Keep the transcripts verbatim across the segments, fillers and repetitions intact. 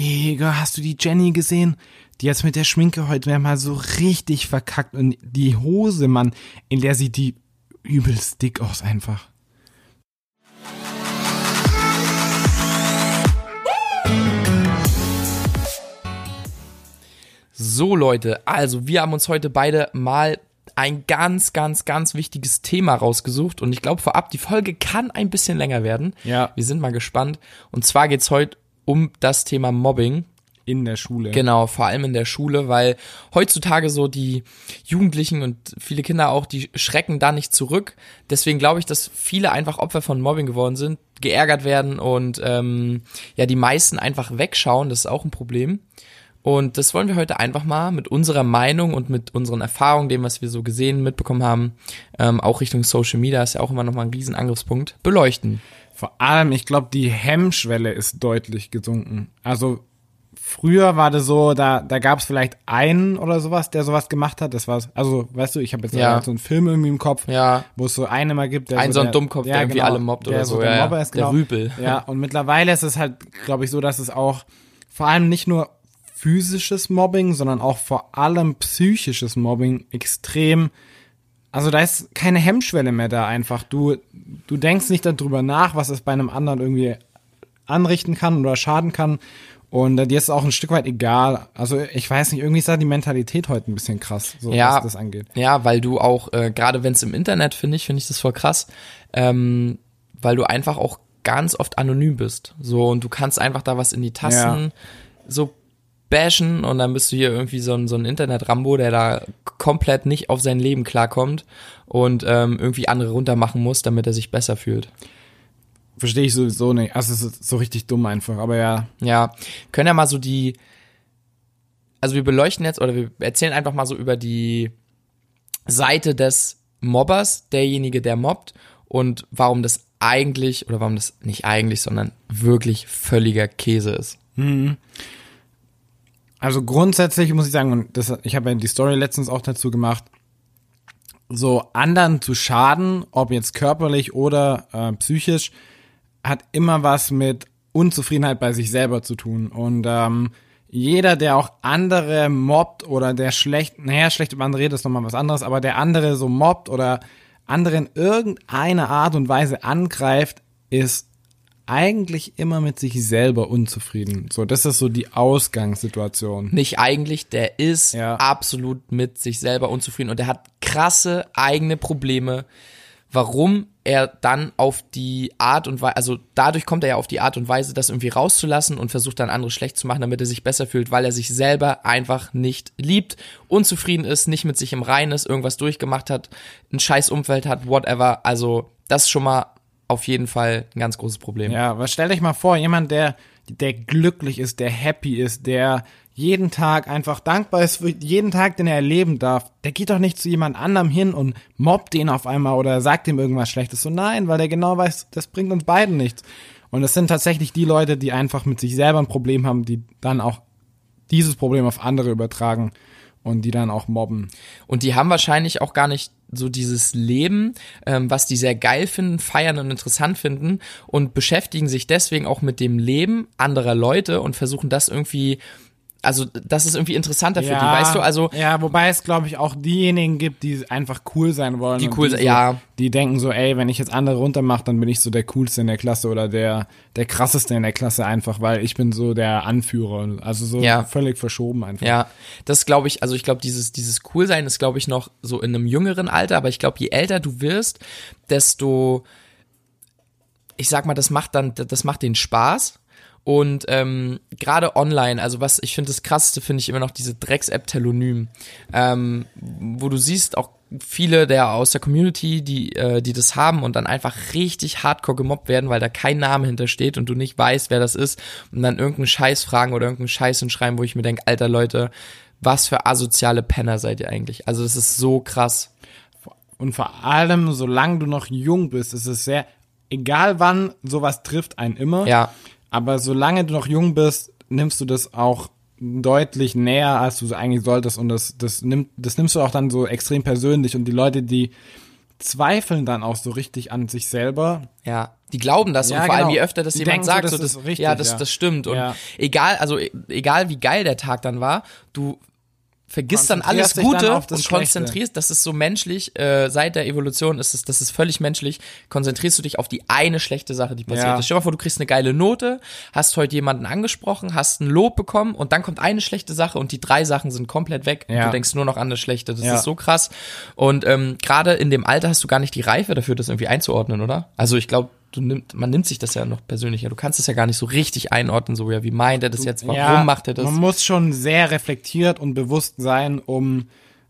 Digga, hast du die Jenny gesehen? Die jetzt mit der Schminke heute mal so richtig verkackt und die Hose, Mann, in der sieht die übelst dick aus einfach. So Leute, also wir haben uns heute beide mal ein ganz, ganz, ganz wichtiges Thema rausgesucht und ich glaube vorab, die Folge kann ein bisschen länger werden. Ja. Wir sind mal gespannt und zwar geht's heute um das Thema Mobbing. In der Schule. Genau, vor allem in der Schule, weil heutzutage so die Jugendlichen und viele Kinder auch, die schrecken da nicht zurück. Deswegen glaube ich, dass viele einfach Opfer von Mobbing geworden sind, geärgert werden und ähm, ja, die meisten einfach wegschauen, das ist auch ein Problem. Und das wollen wir heute einfach mal mit unserer Meinung und mit unseren Erfahrungen, dem, was wir so gesehen, mitbekommen haben, ähm, auch Richtung Social Media, ist ja auch immer nochmal ein riesen Angriffspunkt, beleuchten. Vor allem, ich glaube, die Hemmschwelle ist deutlich gesunken. Also früher war das so, da da gab es vielleicht einen oder sowas, der sowas gemacht hat. Das war's. Also, weißt du, ich habe jetzt Ja. so einen Film irgendwie im Kopf, Ja. wo es so einen mal gibt, der Ein so ein der, Dummkopf, der irgendwie alle mobbt der oder so, der ja, Mobber ja. ist, Der genau. Rüpel. Ja, und mittlerweile ist es halt, glaube ich, so, dass es auch vor allem nicht nur physisches Mobbing, sondern auch vor allem psychisches Mobbing extrem, also da ist keine Hemmschwelle mehr da einfach. Du, du denkst nicht darüber nach, was es bei einem anderen irgendwie anrichten kann oder schaden kann. Und äh, dir ist es auch ein Stück weit egal. Also ich weiß nicht, irgendwie ist da die Mentalität heute ein bisschen krass, so Ja. was das angeht. Ja, weil du auch, äh, gerade wenn es im Internet, finde ich, finde ich das voll krass, ähm, weil du einfach auch ganz oft anonym bist. So, und du kannst einfach da was in die Tasten Ja. so bashen und dann bist du hier irgendwie so ein, so ein Internet-Rambo, der da komplett nicht auf sein Leben klarkommt und ähm, irgendwie andere runtermachen muss, damit er sich besser fühlt. Verstehe ich sowieso nicht. Also es ist so richtig dumm einfach, aber ja. Ja, können ja mal so die, also wir beleuchten jetzt oder wir erzählen einfach mal so über die Seite des Mobbers, derjenige, der mobbt und warum das eigentlich, oder warum das nicht eigentlich, sondern wirklich völliger Käse ist. Mhm. Also grundsätzlich muss ich sagen, und das, ich habe ja die Story letztens auch dazu gemacht, so anderen zu schaden, ob jetzt körperlich oder äh, psychisch, hat immer was mit Unzufriedenheit bei sich selber zu tun. Und ähm, jeder, der auch andere mobbt oder der schlecht, naja, schlecht über andere redet, ist nochmal was anderes, aber der andere so mobbt oder anderen irgendeine Art und Weise angreift, ist eigentlich immer mit sich selber unzufrieden. So, das ist so die Ausgangssituation. Nicht eigentlich, der ist Ja. absolut mit sich selber unzufrieden und der hat krasse eigene Probleme, warum er dann auf die Art und Weise, also dadurch kommt er ja auf die Art und Weise, das irgendwie rauszulassen und versucht dann andere schlecht zu machen, damit er sich besser fühlt, weil er sich selber einfach nicht liebt, unzufrieden ist, nicht mit sich im Reinen ist, irgendwas durchgemacht hat, ein scheiß Umfeld hat, whatever. Also das ist schon mal auf jeden Fall ein ganz großes Problem. Ja, was stell dich mal vor, jemand, der, der glücklich ist, der happy ist, der jeden Tag einfach dankbar ist für jeden Tag, den er erleben darf, der geht doch nicht zu jemand anderem hin und mobbt den auf einmal oder sagt ihm irgendwas Schlechtes. So nein, weil der genau weiß, das bringt uns beiden nichts. Und es sind tatsächlich die Leute, die einfach mit sich selber ein Problem haben, die dann auch dieses Problem auf andere übertragen und die dann auch mobben. Und die haben wahrscheinlich auch gar nicht so dieses Leben, ähm, was die sehr geil finden, feiern und interessant finden und beschäftigen sich deswegen auch mit dem Leben anderer Leute und versuchen das irgendwie, also das ist irgendwie interessanter für die, weißt du, also ja, wobei es, glaube ich, auch diejenigen gibt, die einfach cool sein wollen. Die und cool die sein, so, ja. Die denken so, ey, wenn ich jetzt andere runtermache, dann bin ich so der Coolste in der Klasse oder der der Krasseste in der Klasse einfach, weil ich bin so der Anführer. Also so Ja. völlig verschoben einfach. ja, das glaube ich, also ich glaube, dieses dieses Coolsein ist, glaube ich, noch so in einem jüngeren Alter, aber ich glaube, je älter du wirst, desto, ich sag mal, das macht dann, das macht den Spaß. Und ähm, gerade online, also was ich finde, das Krasseste finde ich immer noch diese Drecks-App Telonym, ähm, wo du siehst auch viele der aus der Community, die äh, die das haben und dann einfach richtig hardcore gemobbt werden, weil da kein Name hintersteht und du nicht weißt, wer das ist und dann irgendeinen Scheiß fragen oder irgendeinen Scheiß hinschreiben, wo ich mir denke, alter Leute, was für asoziale Penner seid ihr eigentlich? Also das ist so krass. Und vor allem, solange du noch jung bist, ist es sehr, egal wann, sowas trifft einen immer. Ja. Aber solange du noch jung bist, nimmst du das auch deutlich näher, als du es eigentlich solltest. Und das, das, nimmt, das nimmst du auch dann so extrem persönlich. Und die Leute, die zweifeln dann auch so richtig an sich selber. Ja, die glauben das Ja, und vor genau. allem je öfter das Die jemand denken sagt, so, so, das das, ist richtig, ja, das, ja. das stimmt und Ja. egal, also e- egal wie geil der Tag dann war, du vergisst dann alles Konzentrierst dich dann Gute auf das und Schlechte. konzentrierst, das ist so menschlich, äh, seit der Evolution ist es, das ist völlig menschlich, konzentrierst du dich auf die eine schlechte Sache, die passiert Ja. ist. Stell dir mal vor, du kriegst eine geile Note, hast heute jemanden angesprochen, hast ein Lob bekommen und dann kommt eine schlechte Sache und die drei Sachen sind komplett weg und Ja. du denkst nur noch an das Schlechte. Das Ja. ist so krass. Und ähm, gerade in dem Alter hast du gar nicht die Reife dafür, das irgendwie einzuordnen, oder? Also ich glaube, du nimmt, man nimmt sich das ja noch persönlicher. Du kannst es ja gar nicht so richtig einordnen, so ja, wie meint er das jetzt, warum Ja, macht er das? Man muss schon sehr reflektiert und bewusst sein, um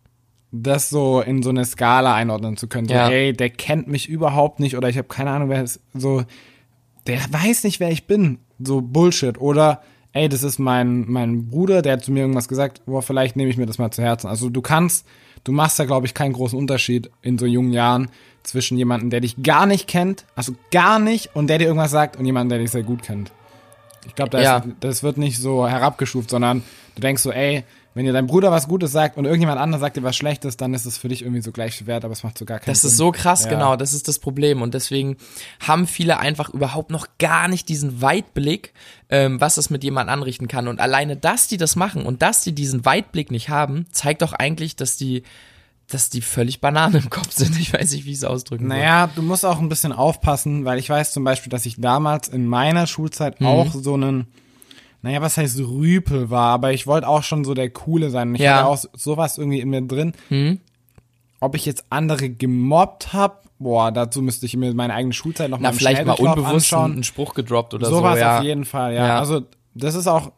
das so in so eine Skala einordnen zu können. So, Ja. ey, der kennt mich überhaupt nicht oder ich habe keine Ahnung, wer ist so, der weiß nicht, wer ich bin. So Bullshit. Oder, ey, das ist mein, mein Bruder, der hat zu mir irgendwas gesagt, boah, vielleicht nehme ich mir das mal zu Herzen. Also du kannst, du machst da, glaube ich, keinen großen Unterschied in so jungen Jahren zwischen jemandem, der dich gar nicht kennt, also gar nicht, und der dir irgendwas sagt und jemandem, der dich sehr gut kennt. Ich glaube, das, Ja. das wird nicht so herabgestuft, sondern du denkst so, ey, wenn dir dein Bruder was Gutes sagt und irgendjemand anderes sagt dir was Schlechtes, dann ist es für dich irgendwie so gleich viel wert, aber es macht so gar keinen Das Sinn. ist so krass, Ja. genau, das ist das Problem und deswegen haben viele einfach überhaupt noch gar nicht diesen Weitblick, ähm, was das mit jemandem anrichten kann und alleine, dass die das machen und dass die diesen Weitblick nicht haben, zeigt doch eigentlich, dass die, dass die völlig Banane im Kopf sind. Ich weiß nicht, wie ich es ausdrücken soll. Naja, du musst auch ein bisschen aufpassen, weil ich weiß zum Beispiel, dass ich damals in meiner Schulzeit Mhm. auch so einen, naja, was heißt Rüpel war, aber ich wollte auch schon so der Coole sein. Und ich Ja. hatte auch sowas irgendwie in mir drin. Mhm. Ob ich jetzt andere gemobbt habe, boah, dazu müsste ich mir meine eigene Schulzeit noch Na, mal im vielleicht mal Schnelldurchlauf unbewusst anschauen. einen Spruch gedroppt oder Sowas so, ja. auf jeden Fall, ja. Ja. Also das ist auch,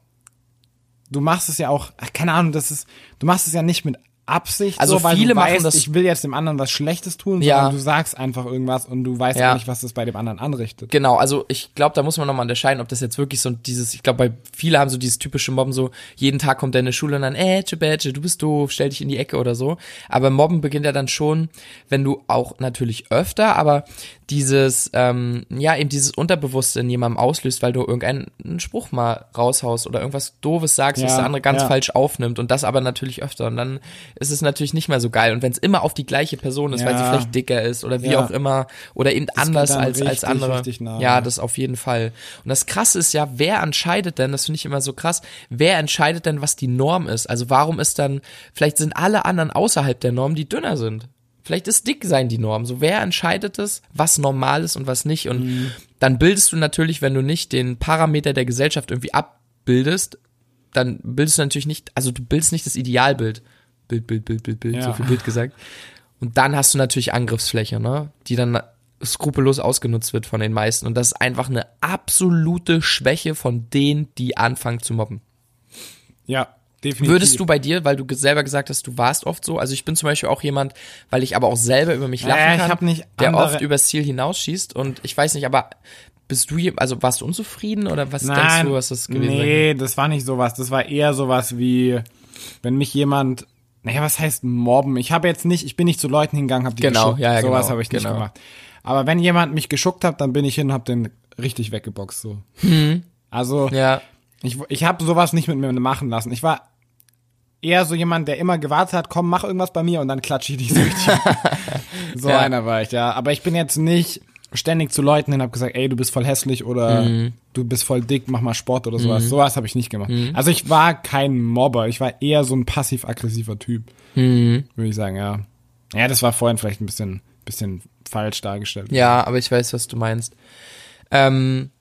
du machst es ja auch, ach, keine Ahnung, das ist, du machst es ja nicht mit Absicht, Also so, weil viele du machen weißt, das- ich will jetzt dem anderen was Schlechtes tun, Ja. sondern du sagst einfach irgendwas und du weißt Ja. auch nicht, was das bei dem anderen anrichtet. Genau, also ich glaube, da muss man nochmal unterscheiden, ob das jetzt wirklich so dieses, ich glaube, bei viele haben so dieses typische Mobben so, jeden Tag kommt der in die Schule und dann, äh, Badge, du bist doof, stell dich in die Ecke oder so. Aber Mobben beginnt ja dann schon, wenn du auch natürlich öfter, aber dieses, ähm, ja, eben dieses Unterbewusste in jemandem auslöst, weil du irgendeinen einen Spruch mal raushaust oder irgendwas Doofes sagst, was Ja, der andere ganz ja. falsch aufnimmt und das aber natürlich öfter und dann ist es natürlich nicht mehr so geil und wenn es immer auf die gleiche Person ist, weil sie Ja. vielleicht dicker ist oder wie Ja. auch immer oder eben anders dann als, als richtig, andere. richtig nah, ja, ja. das auf jeden Fall. Und das Krasse ist ja, wer entscheidet denn, das finde ich immer so krass, wer entscheidet denn, was die Norm ist? Also warum ist dann, vielleicht sind alle anderen außerhalb der Norm, die dünner sind. Vielleicht ist dick sein die Norm. So, wer entscheidet es, was normal ist und was nicht? Und Mhm. dann bildest du natürlich, wenn du nicht den Parameter der Gesellschaft irgendwie abbildest, dann bildest du natürlich nicht, also du bildest nicht das Idealbild. Bild, Bild, Bild, Bild, Bild, Ja. so viel Bild gesagt. Und dann hast du natürlich Angriffsfläche, ne, die dann skrupellos ausgenutzt wird von den meisten. Und das ist einfach eine absolute Schwäche von denen, die anfangen zu mobben. Ja, definitiv. Würdest du bei dir, weil du ge- selber gesagt hast, du warst oft so, also ich bin zum Beispiel auch jemand, weil ich aber auch selber über mich lachen Naja, ich kann, hab nicht der andere- oft übers Ziel hinausschießt und ich weiß nicht, aber bist du, je- also warst du unzufrieden oder was denkst Nein, du, was das gewesen sein nee, das war nicht sowas. Das war eher sowas wie, wenn mich jemand, naja, was heißt mobben? Ich habe jetzt nicht, ich bin nicht zu Leuten hingegangen, habe die Genau, geschuckt. ja, ja, sowas genau, habe ich nicht genau. gemacht. Aber wenn jemand mich geschuckt hat, dann bin ich hin und habe den richtig weggeboxt. So. Also kann? Ja, ich, ich habe sowas nicht mit mir machen lassen. Ich war eher so jemand, der immer gewartet hat, komm, mach irgendwas bei mir und dann klatsche ich dich so richtig. So Ja. einer war ich, ja. Aber ich bin jetzt nicht ständig zu Leuten hin und habe gesagt, ey, du bist voll hässlich oder Mhm. du bist voll dick, mach mal Sport oder sowas. Sowas habe ich nicht gemacht. Also ich war kein Mobber, ich war eher so ein passiv-aggressiver Typ, mhm. würde ich sagen, ja. Ja, das war vorhin vielleicht ein bisschen, bisschen falsch dargestellt. ja, aber ich weiß, was du meinst. Ähm,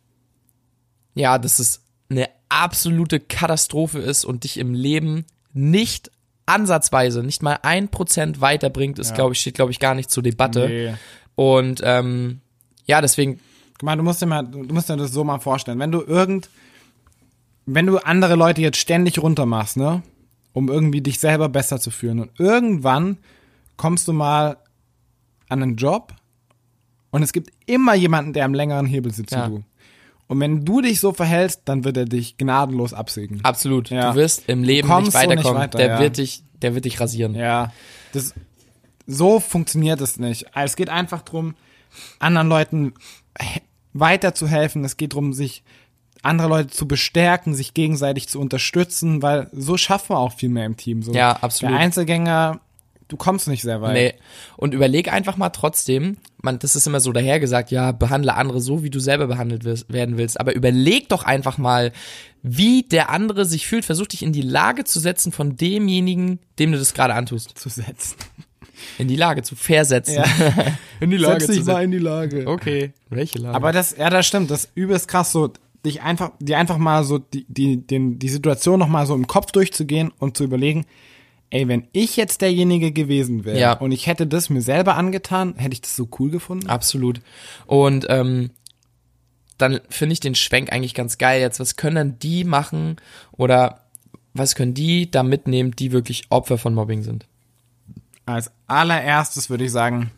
ja, dass es eine absolute Katastrophe ist und dich im Leben nicht ansatzweise, nicht mal ein Prozent weiterbringt, ist, Ja. glaube ich, steht, glaube ich, gar nicht zur Debatte. Nee. Und ähm, ja, deswegen, Guck mal, du musst dir mal, du musst dir das so mal vorstellen. Wenn du irgend, wenn du andere Leute jetzt ständig runtermachst, ne, um irgendwie dich selber besser zu fühlen und irgendwann kommst du mal an einen Job und es gibt immer jemanden, der am längeren Hebel sitzt Ja. wie du. Und wenn du dich so verhältst, dann wird er dich gnadenlos absägen. absolut, Ja. du wirst im Leben kommst nicht so nicht weiterkommen. weiter, der ja. wird dich, der wird dich rasieren. Ja, das, so funktioniert es nicht. Es geht einfach drum, anderen Leuten he- weiterzuhelfen. Es geht drum, sich andere Leute zu bestärken, sich gegenseitig zu unterstützen, weil so schaffen wir auch viel mehr im Team. So, Ja, absolut. Der Einzelgänger du kommst nicht sehr weit. Nee. Und überleg einfach mal trotzdem, man, das ist immer so dahergesagt, ja, behandle andere so, wie du selber behandelt wirst, werden willst. Aber überleg doch einfach mal, wie der andere sich fühlt. Versuch dich in die Lage zu setzen von demjenigen, dem du das gerade antust. Zu setzen. In die Lage zu versetzen. Ja. In die Lage Setz dich zu setzen. mal in die Lage. Okay. Welche Lage? Aber das, ja, das stimmt, das ist übelst krass, so, dich einfach, dir einfach mal so die, die, den, die Situation nochmal so im Kopf durchzugehen und zu überlegen, ey, wenn ich jetzt derjenige gewesen wäre Ja. und ich hätte das mir selber angetan, hätte ich das so cool gefunden? Absolut. Und ähm, dann finde ich den Schwenk eigentlich ganz geil. Jetzt, was können dann die machen oder was können die da mitnehmen, die wirklich Opfer von Mobbing sind? Als allererstes würde ich sagen,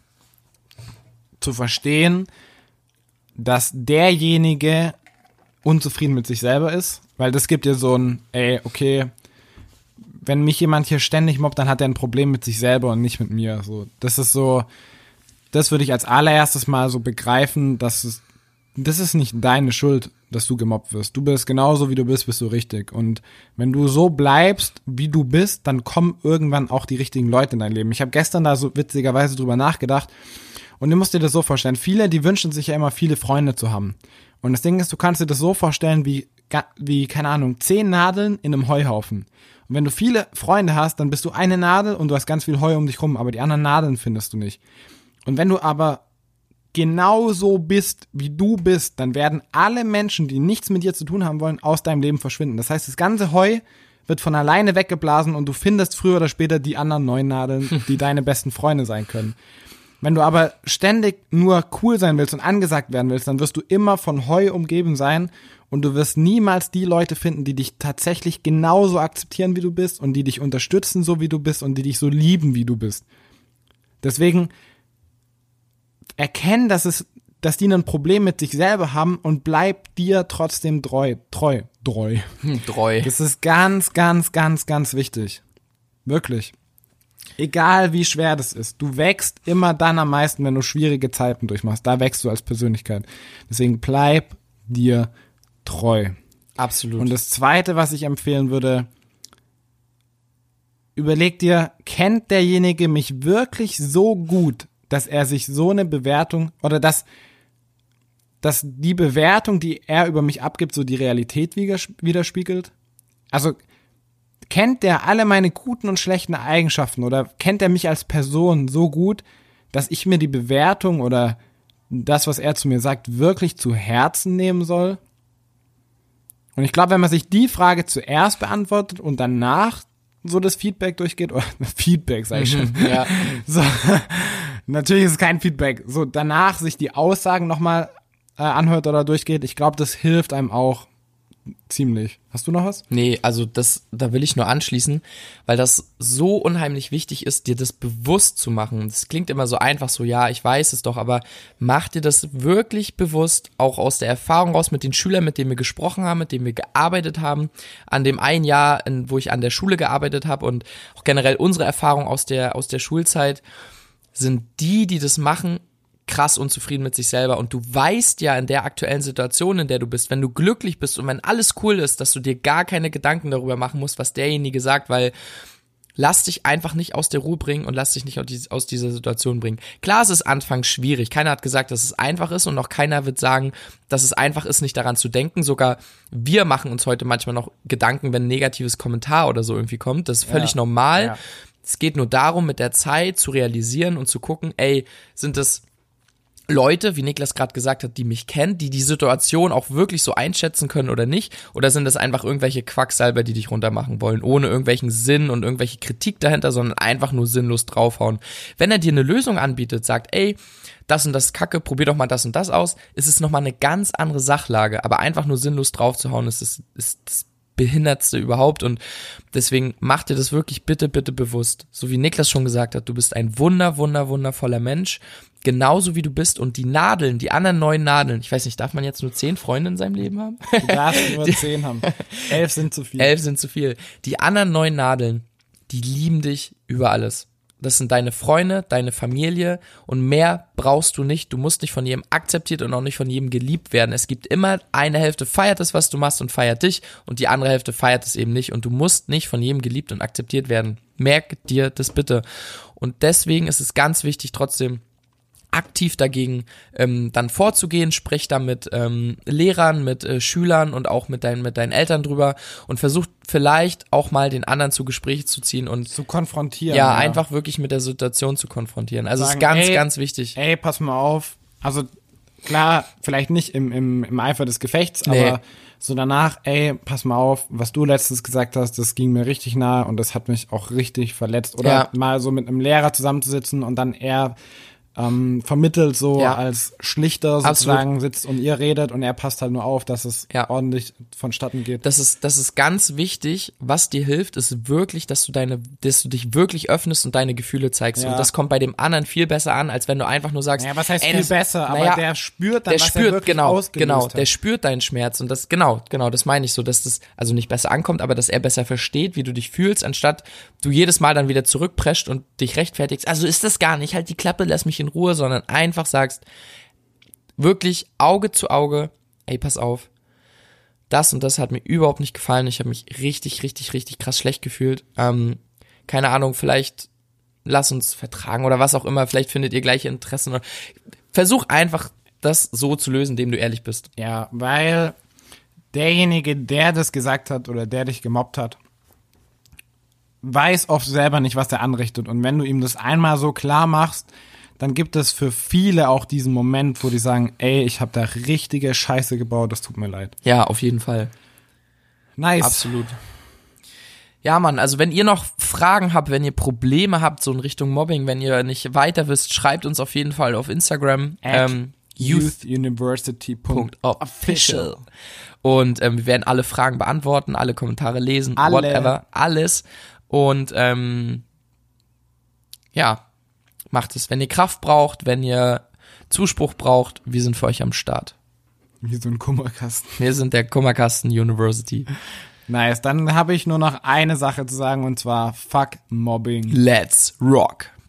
zu verstehen, dass derjenige unzufrieden mit sich selber ist, weil das gibt dir so ein, ey, okay, wenn mich jemand hier ständig mobbt, dann hat er ein Problem mit sich selber und nicht mit mir. So, das ist so, das würde ich als allererstes mal so begreifen, dass es, das ist nicht deine Schuld, dass du gemobbt wirst. Du bist genauso, wie du bist, bist du richtig. Und wenn du so bleibst, wie du bist, dann kommen irgendwann auch die richtigen Leute in dein Leben. Ich habe gestern da so witzigerweise drüber nachgedacht und du musst dir das so vorstellen. Viele, die wünschen sich ja immer, viele Freunde zu haben. Und das Ding ist, du kannst dir das so vorstellen wie, wie, keine Ahnung, zehn Nadeln in einem Heuhaufen. Und wenn du viele Freunde hast, dann bist du eine Nadel und du hast ganz viel Heu um dich rum, aber die anderen Nadeln findest du nicht. Und wenn du aber genauso bist, wie du bist, dann werden alle Menschen, die nichts mit dir zu tun haben wollen, aus deinem Leben verschwinden. Das heißt, das ganze Heu wird von alleine weggeblasen und du findest früher oder später die anderen neuen Nadeln, die deine besten Freunde sein können. Wenn du aber ständig nur cool sein willst und angesagt werden willst, dann wirst du immer von Heu umgeben sein und du wirst niemals die Leute finden, die dich tatsächlich genauso akzeptieren, wie du bist und die dich unterstützen, so wie du bist und die dich so lieben, wie du bist. Deswegen erkenn, dass es, dass die ein Problem mit sich selber haben und bleib dir trotzdem treu, treu, treu. Hm, treu. Das ist ganz, ganz, ganz, ganz wichtig. Wirklich. Egal wie schwer das ist, du wächst immer dann am meisten, wenn du schwierige Zeiten durchmachst. Da wächst du als Persönlichkeit. Deswegen bleib dir treu. Absolut. Und das Zweite, was ich empfehlen würde, überleg dir, kennt derjenige mich wirklich so gut, dass er sich so eine Bewertung oder dass, dass die Bewertung, die er über mich abgibt, so die Realität widerspiegelt? Also kennt der alle meine guten und schlechten Eigenschaften oder kennt er mich als Person so gut, dass ich mir die Bewertung oder das, was er zu mir sagt, wirklich zu Herzen nehmen soll? Und ich glaube, wenn man sich die Frage zuerst beantwortet und danach so das Feedback durchgeht, oder Feedback, sag ich schon, ja. so, natürlich ist es kein Feedback, so danach sich die Aussagen nochmal äh, anhört oder durchgeht, ich glaube, das hilft einem auch ziemlich. Hast du noch was? Nee, also das, da will ich nur anschließen, weil das so unheimlich wichtig ist, dir das bewusst zu machen. Das klingt immer so einfach so, ja, ich weiß es doch, aber mach dir das wirklich bewusst, auch aus der Erfahrung raus mit den Schülern, mit denen wir gesprochen haben, mit denen wir gearbeitet haben, an dem einen Jahr, wo ich an der Schule gearbeitet habe und auch generell unsere Erfahrung aus der, aus der Schulzeit, sind die, die das machen, krass unzufrieden mit sich selber und du weißt ja in der aktuellen Situation, in der du bist, wenn du glücklich bist und wenn alles cool ist, dass du dir gar keine Gedanken darüber machen musst, was derjenige sagt, weil lass dich einfach nicht aus der Ruhe bringen und lass dich nicht aus dieser Situation bringen. Klar, es ist anfangs schwierig, keiner hat gesagt, dass es einfach ist und auch keiner wird sagen, dass es einfach ist, nicht daran zu denken, sogar wir machen uns heute manchmal noch Gedanken, wenn ein negatives Kommentar oder so irgendwie kommt, das ist völlig ja. normal. Ja. Es geht nur darum, mit der Zeit zu realisieren und zu gucken, ey, sind das Leute, wie Niklas gerade gesagt hat, die mich kennen, die die Situation auch wirklich so einschätzen können oder nicht? Oder sind das einfach irgendwelche Quacksalber, die dich runtermachen wollen, ohne irgendwelchen Sinn und irgendwelche Kritik dahinter, sondern einfach nur sinnlos draufhauen? Wenn er dir eine Lösung anbietet, sagt, ey, das und das ist Kacke, probier doch mal das und das aus, ist es nochmal eine ganz andere Sachlage. Aber einfach nur sinnlos draufzuhauen, ist das, ist das Behindertste überhaupt und deswegen mach dir das wirklich bitte, bitte bewusst. So wie Niklas schon gesagt hat, du bist ein wunder, wunder, wundervoller Mensch, genauso wie du bist und die Nadeln, die anderen neun Nadeln, ich weiß nicht, darf man jetzt nur zehn Freunde in seinem Leben haben? Du darfst nur zehn haben. Elf sind zu viel. Elf sind zu viel. Die anderen neun Nadeln, die lieben dich über alles. das sind deine Freunde, deine Familie und mehr brauchst du nicht. Du musst nicht von jedem akzeptiert und auch nicht von jedem geliebt werden. Es gibt immer eine Hälfte feiert es, was du machst und feiert dich und die andere Hälfte feiert es eben nicht und du musst nicht von jedem geliebt und akzeptiert werden. Merk dir das bitte. Und deswegen ist es ganz wichtig, trotzdem aktiv dagegen ähm, dann vorzugehen, sprich da mit ähm, Lehrern, mit äh, Schülern und auch mit deinen mit deinen Eltern drüber und versuch vielleicht auch mal den anderen zu Gespräche zu ziehen und zu konfrontieren. Ja, ja. einfach wirklich mit der Situation zu konfrontieren. Also es Sagen, ist ganz, ey, ganz wichtig. Ey, pass mal auf. Also klar, vielleicht nicht im, im, im Eifer des Gefechts, Nee. aber so danach, ey, pass mal auf, was du letztens gesagt hast, das ging mir richtig nahe und das hat mich auch richtig verletzt. Oder Ja. mal so mit einem Lehrer zusammenzusitzen und dann er ähm, vermittelt so Ja. als Schlichter sozusagen sitzt und ihr redet und er passt halt nur auf, dass es Ja. ordentlich vonstatten geht. Das ist, das ist ganz wichtig. Was dir hilft, ist wirklich, dass du deine, dass du dich wirklich öffnest und deine Gefühle zeigst. Ja. Und das kommt bei dem anderen viel besser an, als wenn du einfach nur sagst, Ja, was heißt ey, viel das, besser? Aber naja, der spürt dann, der was spürt, er wirklich genau, ausgelöst genau, hat. der spürt deinen Schmerz und das, genau, genau, das meine ich so, dass das, also nicht besser ankommt, aber dass er besser versteht, wie du dich fühlst, anstatt du jedes Mal dann wieder zurückprescht und dich rechtfertigst. Also ist das gar nicht, halt die Klappe, lass mich in Ruhe, sondern einfach sagst, wirklich Auge zu Auge, ey, pass auf, das und das hat mir überhaupt nicht gefallen, ich habe mich richtig, richtig, richtig krass schlecht gefühlt, ähm, keine Ahnung, vielleicht lass uns vertragen oder was auch immer, vielleicht findet ihr gleiche Interessen oder versuch einfach das so zu lösen, indem du ehrlich bist. Ja, weil derjenige, der das gesagt hat oder der dich gemobbt hat, weiß oft selber nicht, was er anrichtet. Und wenn du ihm das einmal so klar machst, dann gibt es für viele auch diesen Moment, wo die sagen, ey, ich habe da richtige Scheiße gebaut, das tut mir leid. Ja, auf jeden Fall. Nice. Absolut. Ja, Mann, also wenn ihr noch Fragen habt, wenn ihr Probleme habt, so in Richtung Mobbing, wenn ihr nicht weiter wisst, schreibt uns auf jeden Fall auf Instagram. At Ähm, youthuniversity punkt Official. Und ähm, wir werden alle Fragen beantworten, alle Kommentare lesen, Alle. whatever, alles. Und ähm, ja, macht es. Wenn ihr Kraft braucht, wenn ihr Zuspruch braucht, wir sind für euch am Start. Wie so ein Kummerkasten. Wir sind der Kummerkasten University. Nice, dann habe ich nur noch eine Sache zu sagen und zwar fuck Mobbing. Let's rock.